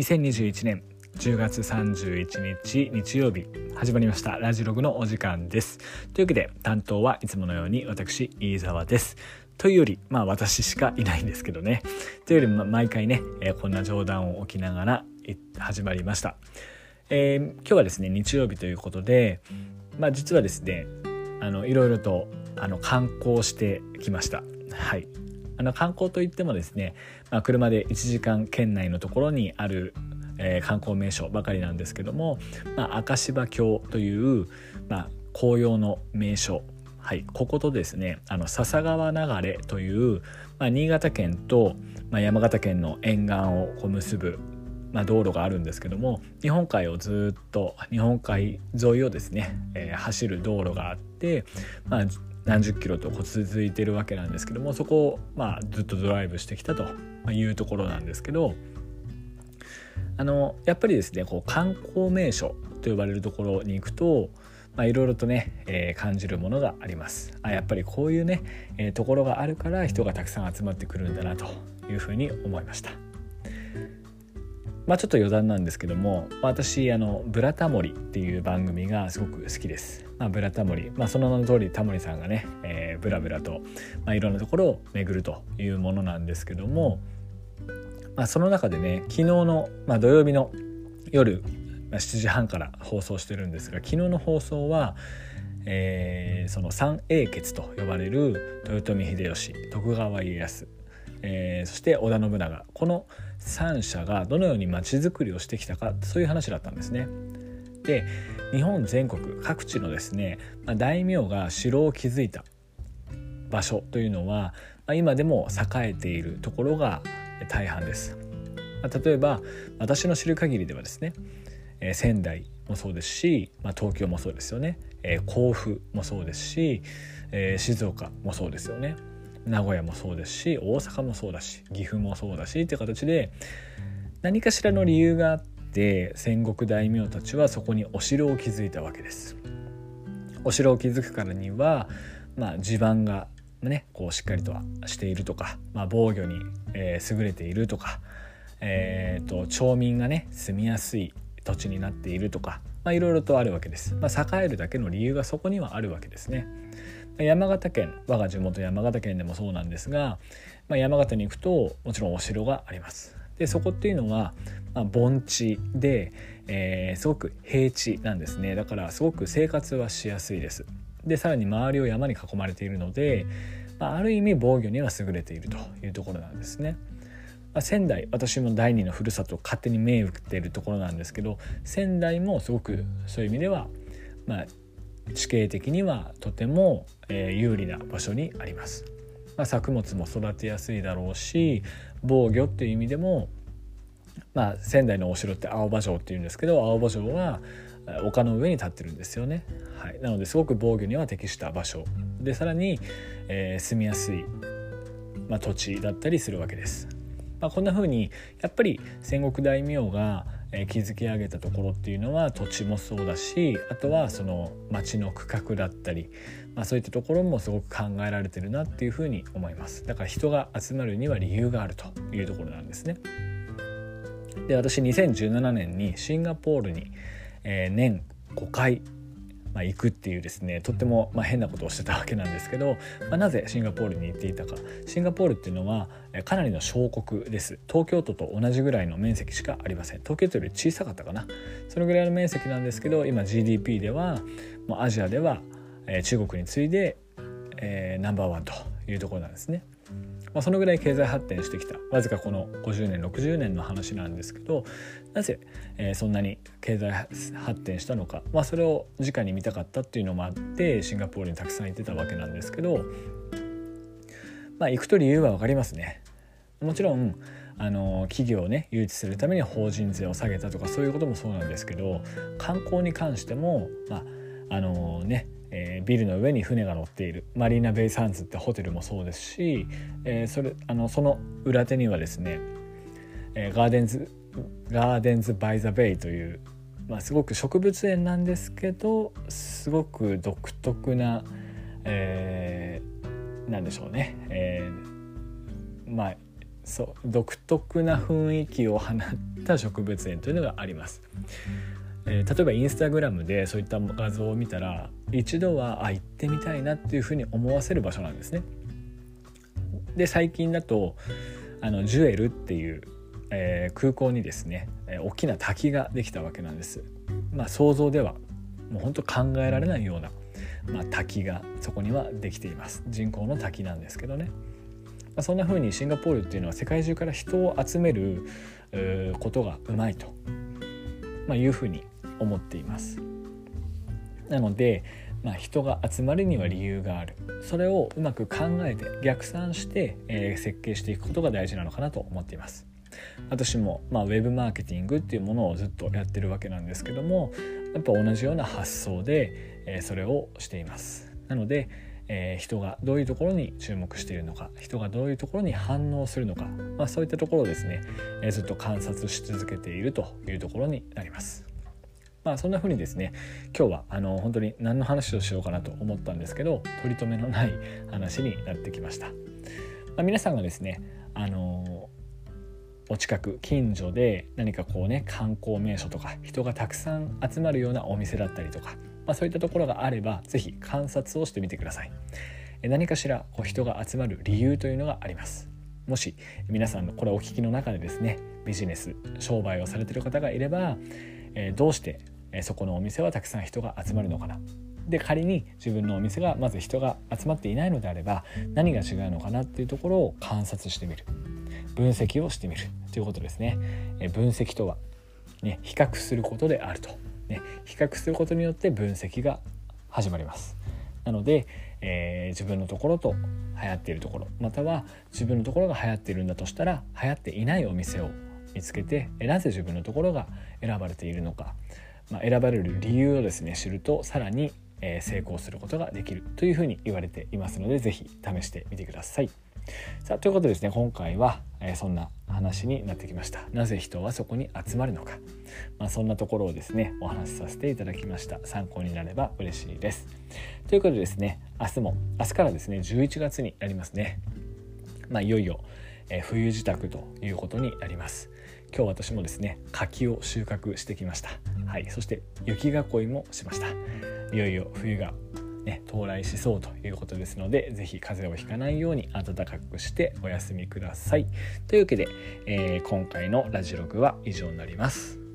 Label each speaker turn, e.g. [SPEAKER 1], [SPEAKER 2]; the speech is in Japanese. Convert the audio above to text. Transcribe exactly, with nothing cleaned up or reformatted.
[SPEAKER 1] せんにじゅういちねんじゅうがつさんじゅういちにち日曜日、始まりましたラジログのお時間です。というわけで担当はいつものように私飯沢です。というよりまあ私しかいないんですけどね。というよりも毎回ね、えー、こんな冗談を置きながら始まりました。えー、今日はですね日曜日ということで、まあ実はですねあのいろいろとあの観光してきました。はい。あの観光といってもですね、まあ、車でいちじかん圏内のところにある、えー、観光名所ばかりなんですけども、まあ、赤柴峡という、まあ、紅葉の名所、はい、こことですねあの笹川流れという、まあ、新潟県と、まあ、山形県の沿岸をこう結ぶ、まあ、道路があるんですけども、日本海をずっと日本海沿いをですね、えー、走る道路があって、まあ何十キロとこう続いているわけなんですけども、そこをまあずっとドライブしてきたというところなんですけど、あのやっぱりですねこう観光名所と呼ばれるところに行くといろいろとね、えー、感じるものがあります。あやっぱりこういうね、えー、ところがあるから人がたくさん集まってくるんだなというふうに思いました。まあちょっと余談なんですけども、私あのブラタモリっていう番組がすごく好きです。まあ、ブラタモリ、まあ、その名の通りタモリさんがね、えー、ブラブラと、まあ、いろんなところを巡るというものなんですけども、まあ、その中でね昨日の、まあ、土曜日の夜、まあ、しちじはんから放送してるんですが、昨日の放送は、えー、その三英傑と呼ばれる豊臣秀吉、徳川家康、えー、そして織田信長、このさん者がどのように町づくりをしてきたか、そういう話だったんですね。で日本全国各地のですね、まあ、大名が城を築いた場所というのは、まあ、今でも栄えているところが大半です。まあ、例えば私の知る限りではですね、えー、仙台もそうですし、まあ、東京もそうですよね、えー、甲府もそうですし、えー、静岡もそうですよね、名古屋もそうですし、大阪もそうだし、岐阜もそうだしっていう形で何かしらの理由があってで戦国大名たちはそこにお城を築いたわけです。お城を築くからには、まあ、地盤が、ね、こうしっかりとはしているとか、まあ、防御に、えー、優れているとか、えー、と町民がね住みやすい土地になっているとか、まあ、いろいろとあるわけです。まあ、栄えるだけの理由がそこにはあるわけですね。山形県、我が地元山形県でもそうなんですが、まあ、山形に行くともちろんお城があります。でそこっていうのは、まあ、盆地で、えー、すごく平地なんですね。だからすごく生活はしやすいです。でさらに周りを山に囲まれているので、まあ、ある意味防御には優れているというところなんですね。まあ、仙台、私も第二のふるさと勝手に銘打っているところなんですけど、仙台もすごくそういう意味では、まあ、地形的にはとても、えー、有利な場所にあります。まあ、作物も育てやすいだろうし、防御っていう意味でも、まあ、仙台のお城って青葉城っていうんですけど、青葉城は丘の上に立ってるんですよね。はい、なのですごく防御には適した場所で、さらに、えー、住みやすい、まあ、土地だったりするわけです。まあ、こんな風にやっぱり戦国大名が築き上げたところっていうのは土地もそうだし、あとはその町の区画だったり、まあ、そういったところもすごく考えられてるなっていうふうに思います。だから人が集まるには理由があるというところなんですね。で私にせんじゅうななねんにシンガポールに、えー、年ごかい、まあ、行くっていうですねとっても、まあ、変なことをしてたわけなんですけど、まあ、なぜシンガポールに行っていたか。シンガポールっていうのはかなりの小国です。東京都と同じぐらいの面積しかありません。東京都より小さかったかな。そのぐらいの面積なんですけど、今 ジーディーピー ではもうアジアでは、えー、中国に次いで、えー、ナンバーワンというところなんですね。まあ、そのぐらい経済発展してきた、わずかこのごじゅうねんろくじゅうねんの話なんですけど、なぜ、えー、そんなに経済発展したのか、まあ、それを直に見たかったっていうのもあってシンガポールにたくさん行ってたわけなんですけど、まあ、行くと理由は分かりますね。もちろんあの企業をね誘致するために法人税を下げたとかそういうこともそうなんですけど、観光に関しても、まああのねえー、ビルの上に船が乗っているマリーナベイサンズってホテルもそうですし、えー、それあのその裏手にはですね、えー、ガーデンズガーデンズバイザベイという、まあ、すごく植物園なんですけどすごく独特な、えー、なんでしょうね、えー、まあそう独特な雰囲気を放った植物園というのがあります。えー、例えばインスタグラムでそういった画像を見たら一度はあ行ってみたいなっていうふうに思わせる場所なんですね。で最近だとあのジュエルっていう、えー、空港にですね、えー、大きな滝ができたわけなんです。まあ想像ではもう本当考えられないような、まあ、滝がそこにはできています。人工の滝なんですけどね。まあ、そんな風にシンガポールっていうのは世界中から人を集めることがうまいと、まあ、いうふうに思っています。なので、まあ、人が集まるには理由がある。それをうまく考えて逆算して、えー、設計していくことが大事なのかなと思っています。私も、まあ、ウェブマーケティングっていうものをずっとやってるわけなんですけども、やっぱ同じような発想で、えー、それをしています。なので、えー、人がどういうところに注目しているのか、人がどういうところに反応するのか、まあ、そういったところをですね、えー、ずっと観察し続けているというところになります。まあそんな風にですね、今日はあの本当に何の話をしようかなと思ったんですけど、取り留めのない話になってきました。まあ、皆さんがですね、あのお近く近所で何かこうね観光名所とか人がたくさん集まるようなお店だったりとか、まあ、そういったところがあればぜひ観察をしてみてください。何かしらこう人が集まる理由というのがあります。もし皆さんのこれお聞きの中でですね、ビジネス商売をされている方がいれば、えー、どうしてそこのお店はたくさん人が集まるのかな。で仮に自分のお店がまず人が集まっていないのであれば何が違うのかなっていうところを観察してみる、分析をしてみるということですね。え分析とは、ね、比較することであると、ね、比較することによって分析が始まります。なので、えー、自分のところと流行っているところ、または自分のところが流行っているんだとしたら流行っていないお店を見つけて、なぜ自分のところが選ばれているのか、まあ、選ばれる理由をですね知るとさらに、えー、成功することができるというふうに言われていますので、ぜひ試してみてください。さあということでですね、今回は、えー、そんな話になってきました。なぜ人はそこに集まるのか、まあ、そんなところをですねお話しさせていただきました。参考になれば嬉しいです。ということでですね、明日も明日からですねじゅういちがつになりますね。まあ、いよいよ、えー、冬支度ということになります。今日私もですね柿を収穫してきました。はい、そして雪囲いもしました。いよいよ冬がね、到来しそうということですので、ぜひ風邪をひかないように暖かくしてお休みください。というわけで、えー、今回のラジログは以上になります。